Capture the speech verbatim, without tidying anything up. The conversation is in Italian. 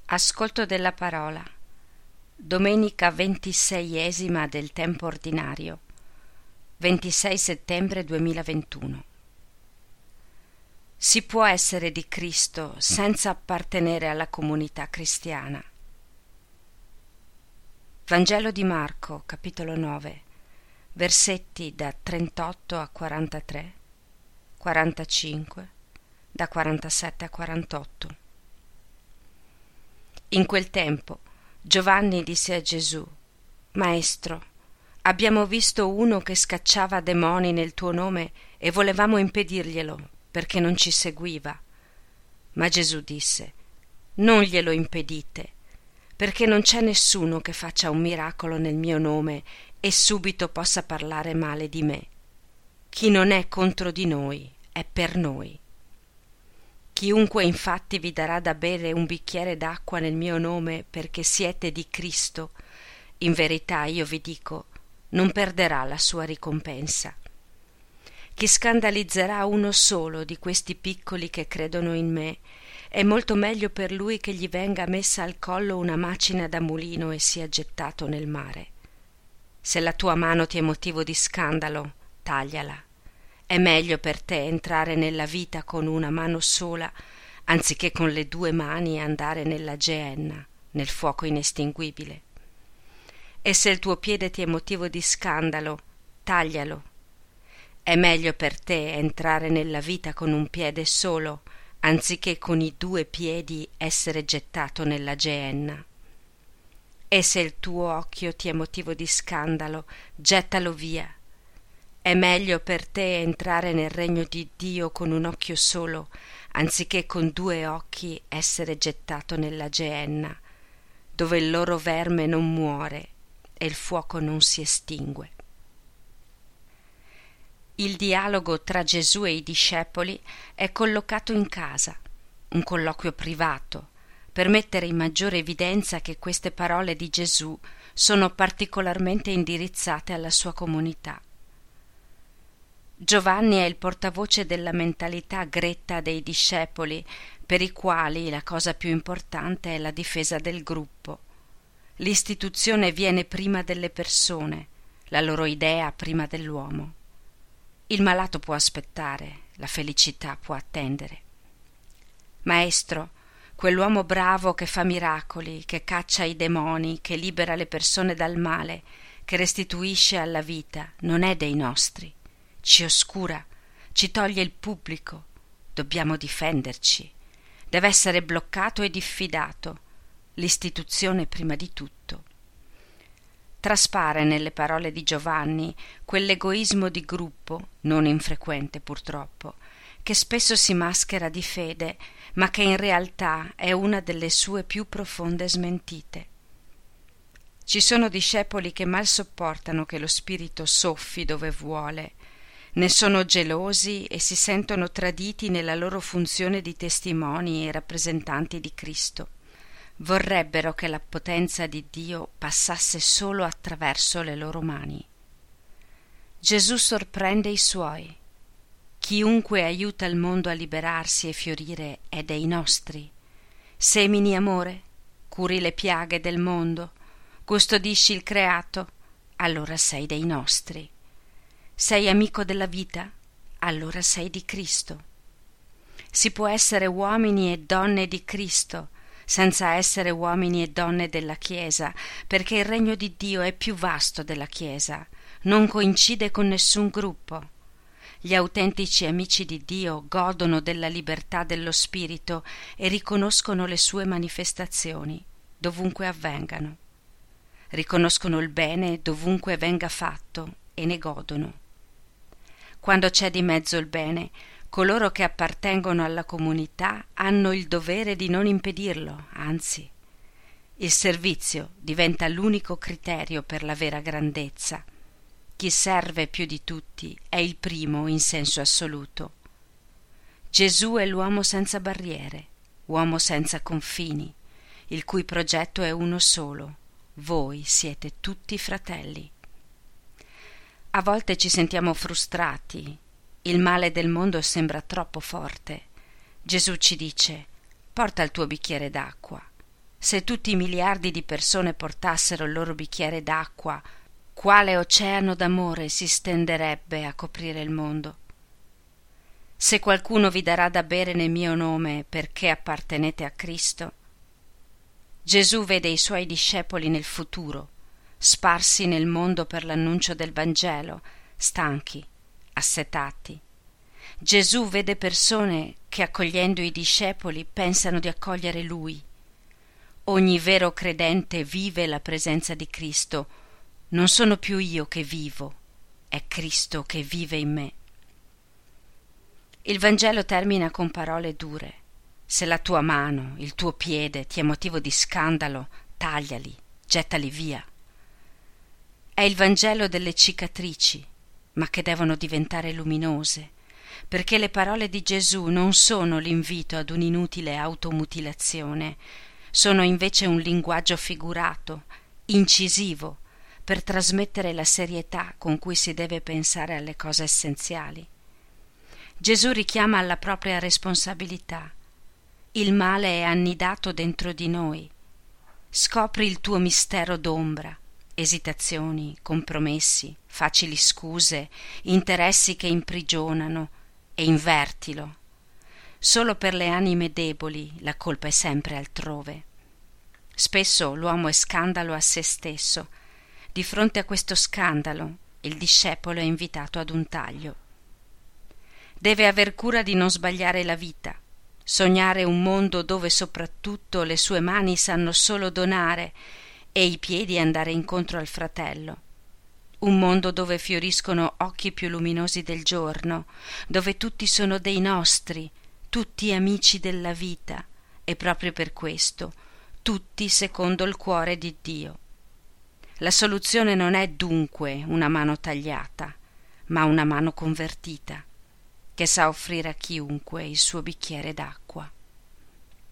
Ascolto della parola. Domenica ventiseiesima del tempo ordinario, ventisei settembre duemilaventuno. Si può essere di Cristo senza appartenere alla comunità cristiana. Vangelo di Marco, capitolo nove, versetti da trentotto a quarantatré, quarantacinque, da quarantasette a quarantotto. In quel tempo Giovanni disse a Gesù: Maestro, abbiamo visto uno che scacciava demoni nel tuo nome e volevamo impedirglielo perché non ci seguiva. Ma Gesù disse: Non glielo impedite, perché non c'è nessuno che faccia un miracolo nel mio nome e subito possa parlare male di me. Chi non è contro di noi è per noi. Chiunque infatti vi darà da bere un bicchiere d'acqua nel mio nome perché siete di Cristo, in verità io vi dico, non perderà la sua ricompensa. Chi scandalizzerà uno solo di questi piccoli che credono in me, è molto meglio per lui che gli venga messa al collo una macina da mulino e sia gettato nel mare. Se la tua mano ti è motivo di scandalo, tagliala. È meglio per te entrare nella vita con una mano sola, anziché con le due mani andare nella Geenna, nel fuoco inestinguibile. E se il tuo piede ti è motivo di scandalo, taglialo. È meglio per te entrare nella vita con un piede solo, anziché con i due piedi essere gettato nella Geenna. E se il tuo occhio ti è motivo di scandalo, gettalo via. È meglio per te entrare nel regno di Dio con un occhio solo, anziché con due occhi essere gettato nella Geenna, dove il loro verme non muore e il fuoco non si estingue. Il dialogo tra Gesù e i discepoli è collocato in casa, un colloquio privato, per mettere in maggiore evidenza che queste parole di Gesù sono particolarmente indirizzate alla sua comunità. Giovanni è il portavoce della mentalità gretta dei discepoli, per i quali la cosa più importante è la difesa del gruppo. L'istituzione viene prima delle persone, la loro idea prima dell'uomo. Il malato può aspettare, la felicità può attendere. Maestro, quell'uomo bravo che fa miracoli, che caccia i demoni, che libera le persone dal male, che restituisce alla vita, non è dei nostri. Ci oscura, ci toglie il pubblico, dobbiamo difenderci. Deve essere bloccato e diffidato, l'istituzione prima di tutto. Traspare nelle parole di Giovanni quell'egoismo di gruppo, non infrequente purtroppo, che spesso si maschera di fede, ma che in realtà è una delle sue più profonde smentite. Ci sono discepoli che mal sopportano che lo Spirito soffi dove vuole, ne sono gelosi e si sentono traditi nella loro funzione di testimoni e rappresentanti di Cristo. Vorrebbero che la potenza di Dio passasse solo attraverso le loro mani. Gesù sorprende i suoi. Chiunque aiuta il mondo a liberarsi e fiorire è dei nostri. Semini amore, curi le piaghe del mondo, custodisci il creato, allora sei dei nostri. Sei amico della vita? Allora sei di Cristo. Si può essere uomini e donne di Cristo senza essere uomini e donne della Chiesa, perché il regno di Dio è più vasto della Chiesa, non coincide con nessun gruppo. Gli autentici amici di Dio godono della libertà dello Spirito e riconoscono le sue manifestazioni, dovunque avvengano. Riconoscono il bene dovunque venga fatto e ne godono. Quando c'è di mezzo il bene, coloro che appartengono alla comunità hanno il dovere di non impedirlo, anzi. Il servizio diventa l'unico criterio per la vera grandezza. Chi serve più di tutti è il primo in senso assoluto. Gesù è l'uomo senza barriere, uomo senza confini, il cui progetto è uno solo. Voi siete tutti fratelli. A volte ci sentiamo frustrati, il male del mondo sembra troppo forte. Gesù ci dice: porta il tuo bicchiere d'acqua. Se tutti i miliardi di persone portassero il loro bicchiere d'acqua, quale oceano d'amore si stenderebbe a coprire il mondo? Se qualcuno vi darà da bere nel mio nome perché appartenete a Cristo. Gesù vede i suoi discepoli nel futuro, sparsi nel mondo per l'annuncio del Vangelo, stanchi, assetati. Gesù vede persone che, accogliendo i discepoli, pensano di accogliere Lui. Ogni vero credente vive la presenza di Cristo. Non sono più io che vivo, è Cristo che vive in me. Il Vangelo termina con parole dure. Se la tua mano, il tuo piede ti è motivo di scandalo, tagliali, gettali via. È il Vangelo delle cicatrici, ma che devono diventare luminose, perché le parole di Gesù non sono l'invito ad un'inutile automutilazione, sono invece un linguaggio figurato, incisivo, per trasmettere la serietà con cui si deve pensare alle cose essenziali. Gesù richiama alla propria responsabilità. Il male è annidato dentro di noi. Scopri il tuo mistero d'ombra, esitazioni, compromessi, facili scuse, interessi che imprigionano, e invertilo. Solo per le anime deboli la colpa è sempre altrove. Spesso l'uomo è scandalo a se stesso. Di fronte a questo scandalo, il discepolo è invitato ad un taglio. Deve aver cura di non sbagliare la vita, sognare un mondo dove soprattutto le sue mani sanno solo donare e i piedi andare incontro al fratello. Un mondo dove fioriscono occhi più luminosi del giorno, dove tutti sono dei nostri, tutti amici della vita, e proprio per questo, tutti secondo il cuore di Dio. La soluzione non è dunque una mano tagliata, ma una mano convertita, che sa offrire a chiunque il suo bicchiere d'acqua.